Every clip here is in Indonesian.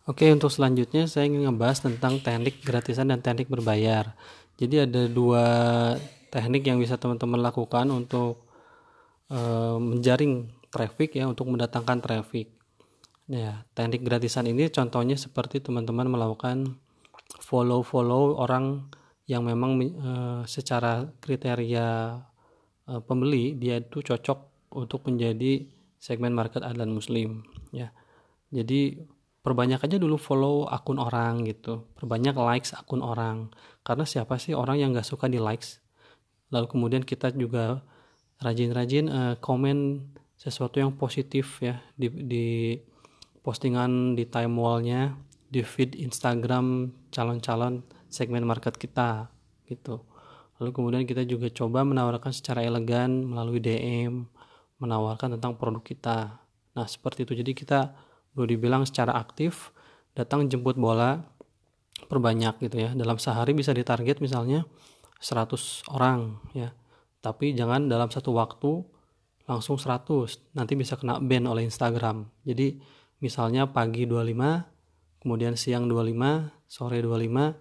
Oke, untuk selanjutnya saya ingin ngebahas tentang teknik gratisan dan teknik berbayar. Jadi ada dua teknik yang bisa teman-teman lakukan untuk menjaring traffic ya, untuk mendatangkan traffic. Ya, teknik gratisan ini contohnya seperti teman-teman melakukan follow orang yang memang secara kriteria pembeli dia itu cocok untuk menjadi segmen market adlan muslim ya. Jadi perbanyak aja dulu follow akun orang gitu, perbanyak likes akun orang, karena siapa sih orang yang nggak suka di likes. Lalu kemudian kita juga rajin-rajin komen sesuatu yang positif ya di postingan, di time wallnya, di feed Instagram calon-calon segmen market kita gitu. Lalu kemudian kita juga coba menawarkan secara elegan melalui DM, menawarkan tentang produk kita. Nah seperti itu, jadi kita boleh dibilang secara aktif datang jemput bola perbanyak gitu ya. Dalam sehari bisa ditarget misalnya 100 orang ya, tapi jangan dalam satu waktu langsung 100, nanti bisa kena ban oleh Instagram. Jadi misalnya pagi 25, kemudian siang 25, sore 25,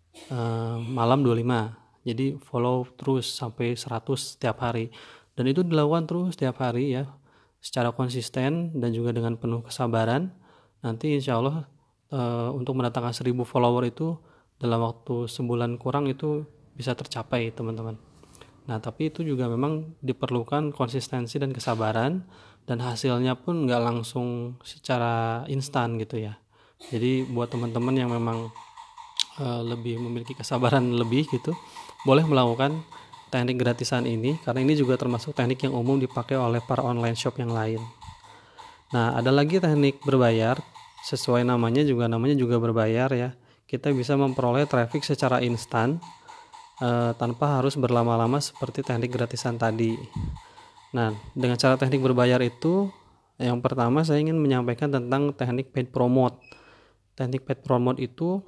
malam 25. Jadi follow terus sampai 100 setiap hari, dan itu dilakukan terus setiap hari ya, secara konsisten dan juga dengan penuh kesabaran. Nanti insya Allah untuk mendatangkan 1000 follower itu dalam waktu sebulan kurang itu bisa tercapai teman-teman. Nah tapi itu juga memang diperlukan konsistensi dan kesabaran, dan hasilnya pun nggak langsung secara instan gitu ya. Jadi buat teman-teman yang memang lebih memiliki kesabaran lebih gitu, boleh melakukan teknik gratisan ini, karena ini juga termasuk teknik yang umum dipakai oleh para online shop yang lain. Nah ada lagi teknik berbayar, sesuai namanya juga berbayar ya. Kita bisa memperoleh traffic secara instan tanpa harus berlama-lama seperti teknik gratisan tadi. Nah, dengan cara teknik berbayar itu, yang pertama saya ingin menyampaikan tentang teknik paid promote. Teknik paid promote itu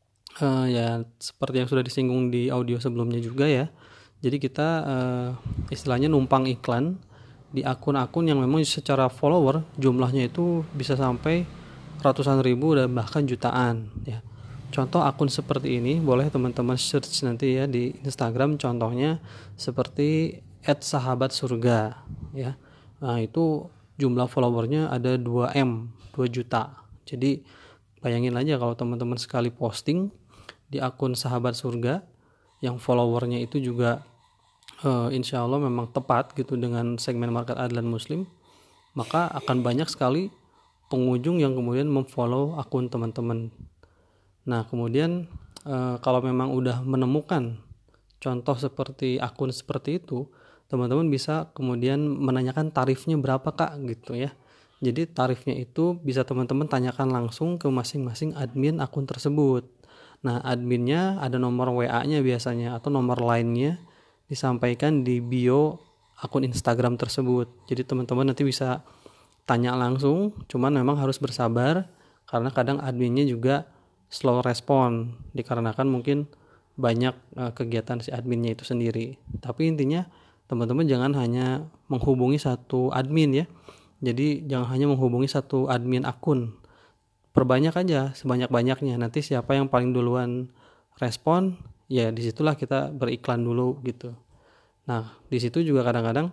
ya seperti yang sudah disinggung di audio sebelumnya juga ya. Jadi kita istilahnya numpang iklan di akun-akun yang memang secara follower jumlahnya itu bisa sampai ratusan ribu dan bahkan jutaan ya. Contoh akun seperti ini boleh teman-teman search nanti ya di Instagram, contohnya seperti @sahabatsurga ya. Nah, itu jumlah followernya ada 2M, 2 juta. Jadi bayangin aja kalau teman-teman sekali posting di akun sahabat surga yang followernya itu juga insya Allah memang tepat gitu dengan segmen market adlan muslim, maka akan banyak sekali pengunjung yang kemudian memfollow akun teman-teman. Nah kemudian kalau memang udah menemukan contoh seperti akun seperti itu, teman-teman bisa kemudian menanyakan tarifnya berapa kak gitu ya. Jadi tarifnya itu bisa teman-teman tanyakan langsung ke masing-masing admin akun tersebut. Nah adminnya ada nomor WA-nya biasanya atau nomor lainnya disampaikan di bio akun Instagram tersebut. Jadi teman-teman nanti bisa tanya langsung, cuman memang harus bersabar karena kadang adminnya juga slow respon dikarenakan mungkin banyak kegiatan si adminnya itu sendiri. Tapi intinya teman-teman jangan hanya menghubungi satu admin ya. Jadi jangan hanya menghubungi satu admin akun. Perbanyak aja sebanyak-banyaknya. Nanti siapa yang paling duluan respon, ya disitulah kita beriklan dulu gitu. Nah, di situ juga kadang-kadang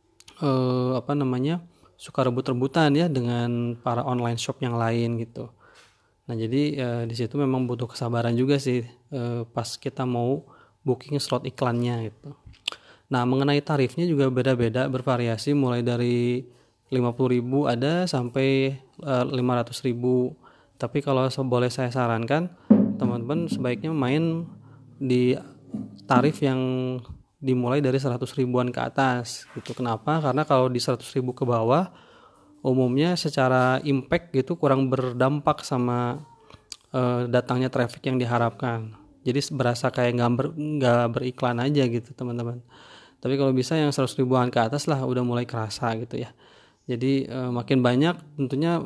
suka rebut-rebutan ya dengan para online shop yang lain gitu. Nah jadi di situ memang butuh kesabaran juga sih pas kita mau booking slot iklannya gitu. Nah mengenai tarifnya juga beda-beda, bervariasi mulai dari 50.000 ada sampai 500.000. Tapi kalau boleh saya sarankan, teman-teman sebaiknya main di tarif yang dimulai dari 100 ribuan ke atas gitu. Kenapa? Karena kalau di 100 ribu ke bawah umumnya secara impact gitu kurang berdampak sama datangnya traffic yang diharapkan. Jadi berasa kayak nggak beriklan aja gitu teman-teman. Tapi kalau bisa yang 100 ribuan ke atas lah udah mulai kerasa gitu ya. Jadi makin banyak tentunya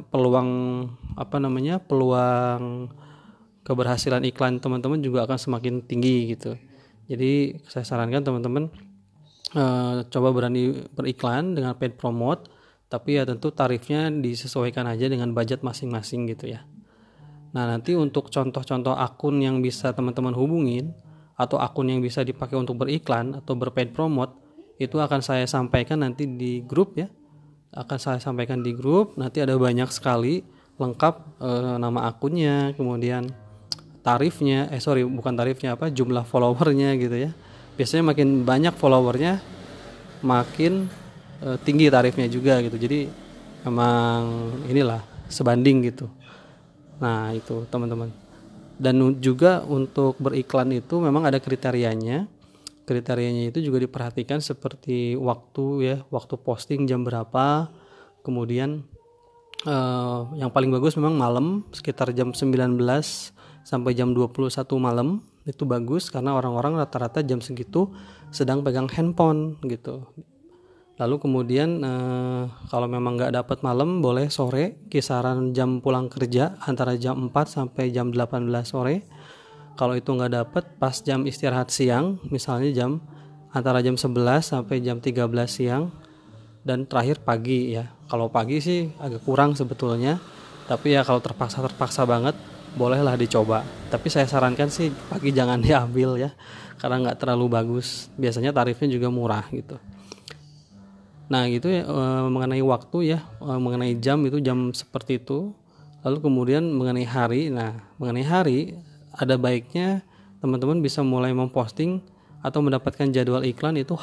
peluang keberhasilan iklan teman-teman juga akan semakin tinggi gitu. Jadi saya sarankan teman-teman coba berani beriklan dengan paid promote, tapi ya tentu tarifnya disesuaikan aja dengan budget masing-masing gitu ya. Nah, nanti untuk contoh-contoh akun yang bisa teman-teman hubungin atau akun yang bisa dipakai untuk beriklan atau berpaid promote, itu akan saya sampaikan nanti di grup ya. Akan saya sampaikan di grup. Nanti ada banyak sekali lengkap, nama akunnya, kemudian tarifnya, bukan tarifnya, jumlah followernya gitu ya. Biasanya makin banyak followernya makin tinggi tarifnya juga gitu. Jadi memang inilah sebanding gitu. Nah, itu teman-teman. Dan juga untuk beriklan itu memang ada kriterianya. Kriterianya itu juga diperhatikan seperti waktu ya, waktu posting jam berapa. Kemudian yang paling bagus memang malam sekitar jam 19 sampai jam 21 malam. Itu bagus karena orang-orang rata-rata jam segitu sedang pegang handphone gitu. Lalu kemudian kalau memang nggak dapat malam, boleh sore, kisaran jam pulang kerja antara jam 4 sampai jam 18 sore. Kalau itu nggak dapat pas jam istirahat siang, misalnya antara jam 11 sampai jam 13 siang. Dan terakhir pagi ya. Kalau pagi sih agak kurang sebetulnya, tapi ya kalau terpaksa banget bolehlah dicoba. Tapi saya sarankan sih pagi jangan diambil ya, karena nggak terlalu bagus. Biasanya tarifnya juga murah gitu. Nah gitu ya, mengenai waktu ya, mengenai jam itu jam seperti itu. Lalu kemudian mengenai hari, mengenai hari ada baiknya teman-teman bisa mulai memposting atau mendapatkan jadwal iklan itu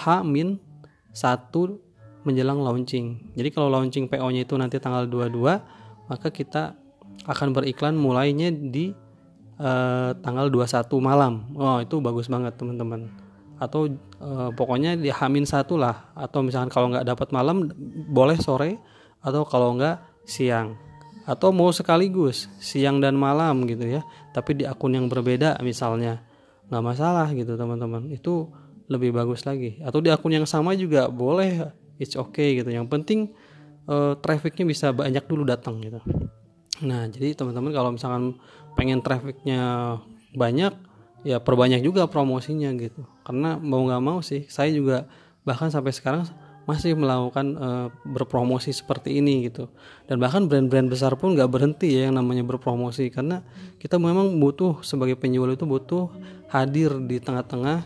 H-1 menjelang launching. Jadi kalau launching PO-nya itu nanti tanggal 22, maka kita akan beriklan mulainya di tanggal 21 malam. Oh, itu bagus banget teman-teman. Atau pokoknya di H-1 lah. Atau misalkan kalau nggak dapat malam boleh sore, atau kalau nggak siang. Atau mau sekaligus siang dan malam gitu ya. Tapi di akun yang berbeda misalnya, nggak masalah gitu teman-teman. Itu lebih bagus lagi. Atau di akun yang sama juga boleh, it's okay gitu. Yang penting trafficnya bisa banyak dulu datang gitu. Nah jadi teman-teman kalau misalkan pengen trafficnya banyak, ya perbanyak juga promosinya gitu. Karena mau nggak mau sih, saya juga bahkan sampai sekarang masih melakukan berpromosi seperti ini gitu. Dan bahkan brand-brand besar pun nggak berhenti ya yang namanya berpromosi, karena kita memang butuh, sebagai penjual itu butuh hadir di tengah-tengah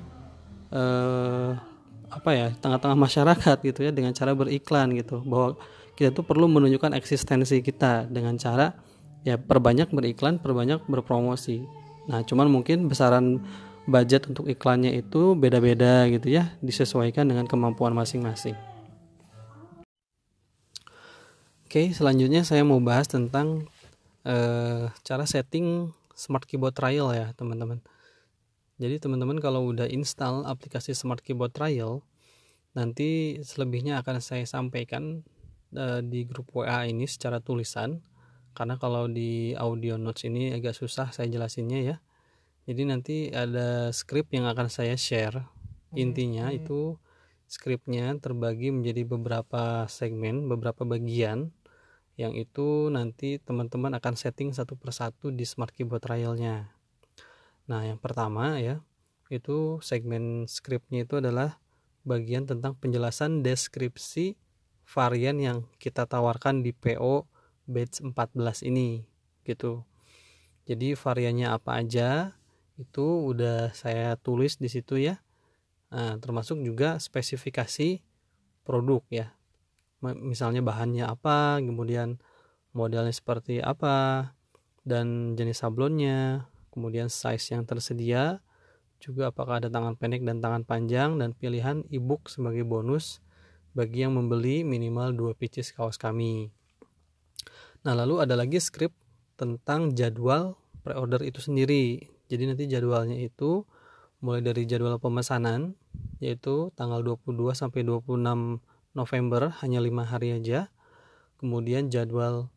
tengah-tengah masyarakat gitu ya, dengan cara beriklan gitu. Bahwa kita tuh perlu menunjukkan eksistensi kita dengan cara ya perbanyak beriklan, perbanyak berpromosi. Nah cuman mungkin besaran budget untuk iklannya itu beda-beda gitu ya, disesuaikan dengan kemampuan masing-masing. Oke, selanjutnya saya mau bahas tentang cara setting Smart Keyboard Trial ya teman-teman. Jadi teman-teman kalau udah install aplikasi Smart Keyboard Trial, nanti selebihnya akan saya sampaikan di grup WA ini secara tulisan, karena kalau di audio notes ini agak susah saya jelasinnya ya. Jadi nanti ada script yang akan saya share. Intinya itu scriptnya terbagi menjadi beberapa segmen, beberapa bagian, yang itu nanti teman-teman akan setting satu persatu di Smart Keyboard Trial-nya. Nah yang pertama ya, itu segmen scriptnya itu adalah bagian tentang penjelasan deskripsi varian yang kita tawarkan di PO batch 14 ini gitu. Jadi variannya apa aja itu udah saya tulis di situ ya. Nah, termasuk juga spesifikasi produk ya. Misalnya bahannya apa, kemudian modelnya seperti apa, dan jenis sablonnya, kemudian size yang tersedia, juga apakah ada tangan pendek dan tangan panjang, dan pilihan ebook sebagai bonus bagi yang membeli minimal 2 pieces kaos kami. Nah lalu ada lagi script tentang jadwal pre-order itu sendiri. Jadi nanti jadwalnya itu mulai dari jadwal pemesanan, yaitu tanggal 22 sampai 26 November, hanya 5 hari aja. Kemudian jadwal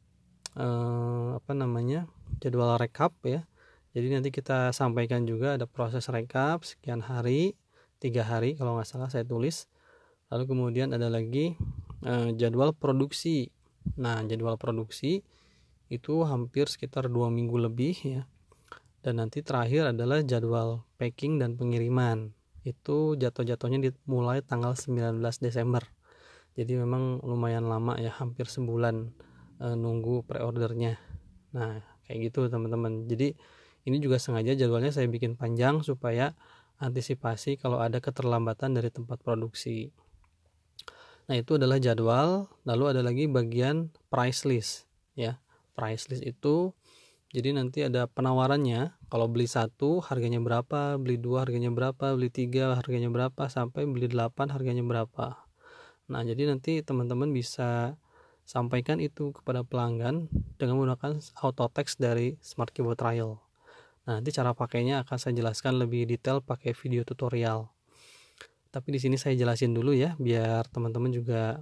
jadwal rekap ya. Jadi nanti kita sampaikan juga ada proses rekap sekian hari, 3 hari kalau nggak salah saya tulis. Lalu kemudian ada lagi jadwal produksi. Nah jadwal produksi itu hampir sekitar 2 minggu lebih ya. Dan nanti terakhir adalah jadwal packing dan pengiriman. Itu jatuh-jatuhnya dimulai tanggal 19 Desember. Jadi memang lumayan lama ya, hampir sebulan nunggu pre-ordernya. Nah kayak gitu teman-teman. Jadi ini juga sengaja jadwalnya saya bikin panjang supaya antisipasi kalau ada keterlambatan dari tempat produksi. Nah, itu adalah jadwal. Lalu ada lagi bagian price list ya. Price list itu jadi nanti ada penawarannya. Kalau beli 1 harganya berapa, beli 2 harganya berapa, beli 3 harganya berapa, sampai beli 8 harganya berapa. Nah, jadi nanti teman-teman bisa sampaikan itu kepada pelanggan dengan menggunakan auto text dari Smart Keyboard Trial. Nah, nanti cara pakainya akan saya jelaskan lebih detail pakai video tutorial. Tapi di sini saya jelasin dulu ya, biar teman-teman juga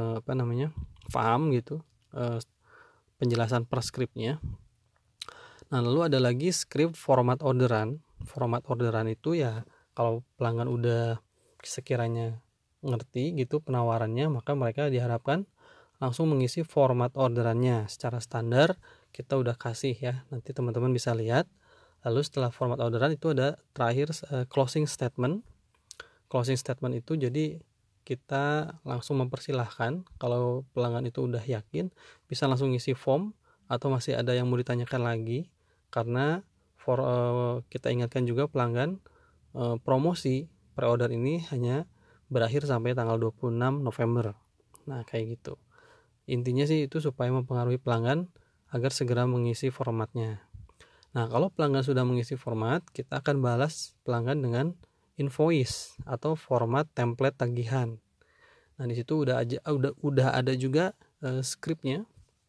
paham gitu penjelasan per skripnya. Nah, lalu ada lagi skrip format orderan. Format orderan itu ya kalau pelanggan udah sekiranya ngerti gitu penawarannya, maka mereka diharapkan langsung mengisi format orderannya secara standar. Kita udah kasih ya, nanti teman-teman bisa lihat. Lalu setelah format orderan itu ada terakhir closing statement. Closing statement itu jadi kita langsung mempersilahkan kalau pelanggan itu udah yakin bisa langsung ngisi form, atau masih ada yang mau ditanyakan lagi, karena kita ingatkan juga pelanggan promosi pre-order ini hanya berakhir sampai tanggal 26 November. Nah, kayak gitu. Intinya sih itu supaya mempengaruhi pelanggan agar segera mengisi formatnya. Nah, kalau pelanggan sudah mengisi format, kita akan balas pelanggan dengan invoice atau format template tagihan. Nah, di situ udah ada juga skripnya.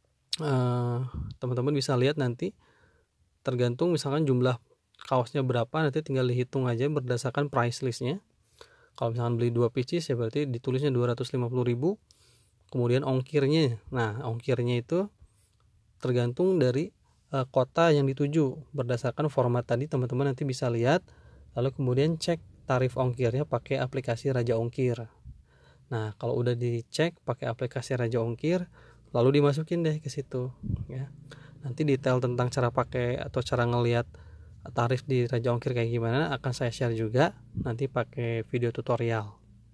Teman-teman bisa lihat nanti, tergantung misalkan jumlah kaosnya berapa, nanti tinggal dihitung aja berdasarkan price listnya. Kalau misalkan beli 2 pieces ya berarti ditulisnya 250.000, kemudian ongkirnya. Nah, ongkirnya itu tergantung dari kota yang dituju. Berdasarkan format tadi teman-teman nanti bisa lihat, lalu kemudian cek tarif ongkirnya pakai aplikasi Raja Ongkir. Nah, kalau udah dicek pakai aplikasi Raja Ongkir, lalu dimasukin deh ke situ ya. Nanti detail tentang cara pakai atau cara ngelihat tarif di Raja Ongkir kayak gimana akan saya share juga nanti pakai video tutorial.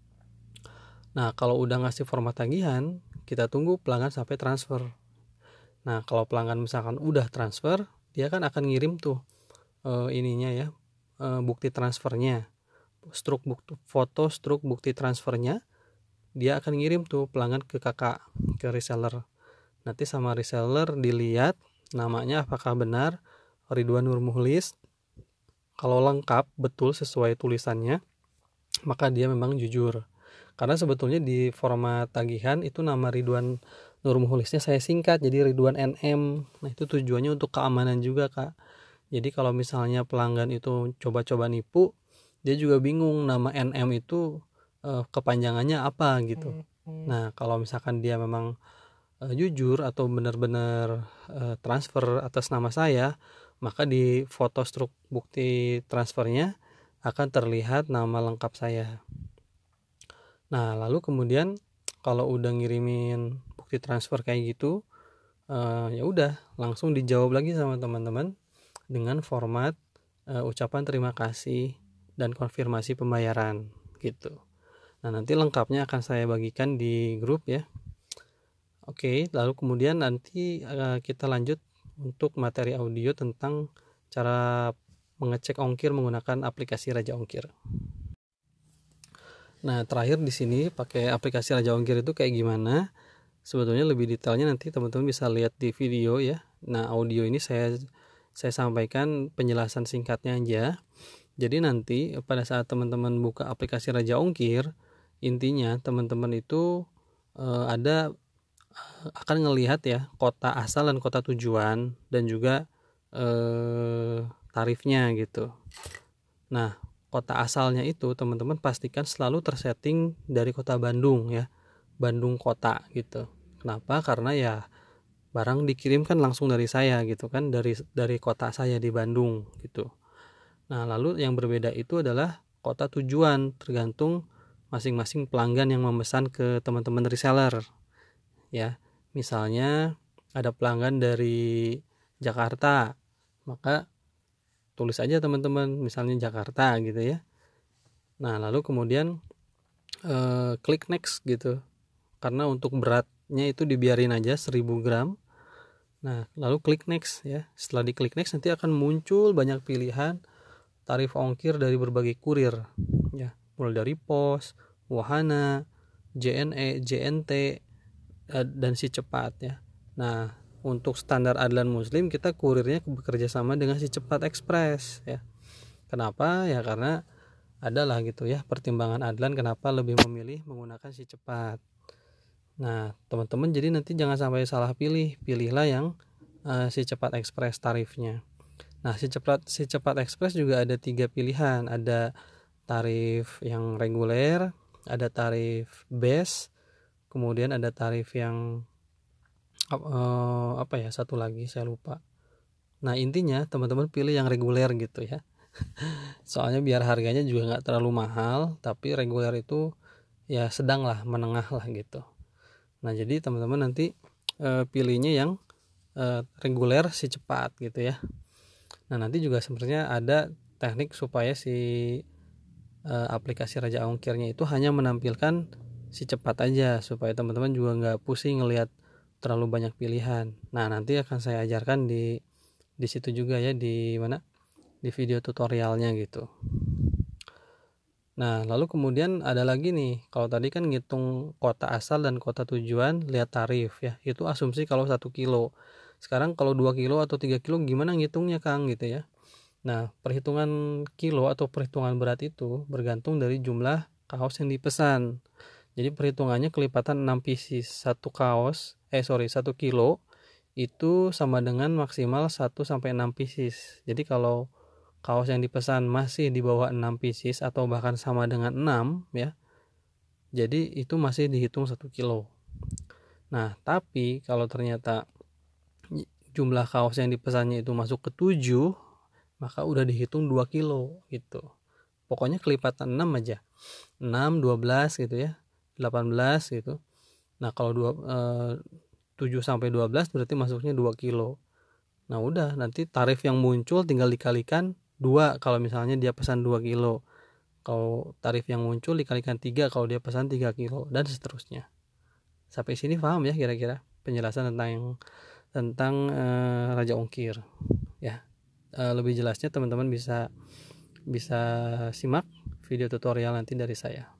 Nah, kalau udah ngasih format tagihan, kita tunggu pelanggan sampai transfer. Nah, kalau pelanggan misalkan udah transfer, dia kan akan ngirim tuh bukti transfernya, foto struk bukti transfernya. Dia akan ngirim tuh pelanggan ke kakak, ke reseller. Nanti sama reseller dilihat namanya apakah benar Ridwan Nur Mukhlis. Kalau lengkap betul sesuai tulisannya, maka dia memang jujur. Karena sebetulnya di format tagihan itu nama Ridwan Nur Mukhlisnya saya singkat jadi Ridwan NM. Nah, itu tujuannya untuk keamanan juga, Kak. Jadi kalau misalnya pelanggan itu coba-coba nipu, dia juga bingung nama NM itu kepanjangannya apa gitu. Nah, kalau misalkan dia memang jujur atau benar-benar transfer atas nama saya, maka di foto struk bukti transfernya akan terlihat nama lengkap saya. Nah, lalu kemudian kalau udah ngirimin bukti transfer kayak gitu, ya udah langsung dijawab lagi sama teman-teman dengan format ucapan terima kasih dan konfirmasi pembayaran gitu. Nah, nanti lengkapnya akan saya bagikan di grup ya. Oke, lalu kemudian nanti kita lanjut untuk materi audio tentang cara mengecek ongkir menggunakan aplikasi Raja Ongkir. Nah, terakhir di sini pakai aplikasi Raja Ongkir itu kayak gimana? Sebetulnya lebih detailnya nanti teman-teman bisa lihat di video ya. Nah, audio ini saya sampaikan penjelasan singkatnya aja. Jadi nanti pada saat teman-teman buka aplikasi Raja Ongkir, intinya teman-teman itu akan ngelihat ya kota asal dan kota tujuan dan juga tarifnya gitu. Nah, kota asalnya itu teman-teman pastikan selalu tersetting dari kota Bandung ya, Bandung kota gitu. Kenapa? Karena ya barang dikirimkan langsung dari saya gitu kan, dari kota saya di Bandung gitu. Nah, lalu yang berbeda itu adalah kota tujuan, tergantung masing-masing pelanggan yang memesan ke teman-teman reseller ya. Misalnya ada pelanggan dari Jakarta, maka tulis aja teman-teman misalnya Jakarta gitu ya. Nah, lalu kemudian klik next gitu, karena untuk beratnya itu dibiarin aja 1000 gram. Nah, lalu klik next ya. Setelah diklik next nanti akan muncul banyak pilihan tarif ongkir dari berbagai kurir ya, mulai dari Pos, Wahana, JNE, JNT, dan Si Cepat ya. Nah, untuk standar Adlan Muslim kita kurirnya bekerja sama dengan Si Cepat Express ya. Kenapa? Ya karena adalah gitu ya pertimbangan Adlan kenapa lebih memilih menggunakan Si Cepat. Nah, teman-teman jadi nanti jangan sampai salah pilih, pilihlah yang Si Cepat Express tarifnya. Nah, Si Cepat Express juga ada 3 pilihan, ada tarif yang reguler, ada tarif base, kemudian ada tarif yang apa ya, satu lagi saya lupa. Nah, intinya teman-teman pilih yang reguler gitu ya. Soalnya biar harganya juga nggak terlalu mahal, tapi reguler itu ya sedang lah, menengah lah gitu. Nah, jadi teman-teman nanti pilihnya yang reguler Si Cepat gitu ya. Nah, nanti juga sebenarnya ada teknik supaya si aplikasi Raja Ongkirnya itu hanya menampilkan Si Cepat aja, supaya teman-teman juga nggak pusing ngelihat terlalu banyak pilihan. Nah, nanti akan saya ajarkan di situ juga ya, di mana, di video tutorialnya gitu. Nah, lalu kemudian ada lagi nih, kalau tadi kan ngitung kota asal dan kota tujuan lihat tarif ya, itu asumsi kalau 1 kilo. Sekarang kalau 2 kilo atau 3 kilo gimana ngitungnya Kang gitu ya. Nah, perhitungan kilo atau perhitungan berat itu bergantung dari jumlah kaos yang dipesan. Jadi perhitungannya kelipatan 6 pieces. 1 kilo itu sama dengan maksimal 1 sampai 6 pieces. Jadi kalau kaos yang dipesan masih di bawah 6 pieces atau bahkan sama dengan 6 ya, jadi itu masih dihitung 1 kilo. Nah, tapi kalau ternyata jumlah kaos yang dipesannya itu masuk ke 7, maka udah dihitung 2 kilo gitu. Pokoknya kelipatan 6 aja. 6, 12 gitu ya. 18 gitu. Nah, kalau 7 sampai 12 berarti masuknya 2 kilo. Nah, udah nanti tarif yang muncul tinggal dikalikan 2 kalau misalnya dia pesan 2 kilo. Kalau tarif yang muncul dikalikan 3 kalau dia pesan 3 kilo dan seterusnya. Sampai sini paham ya kira-kira penjelasan tentang Raja Ongkir ya. Lebih jelasnya teman-teman bisa simak video tutorial nanti dari saya.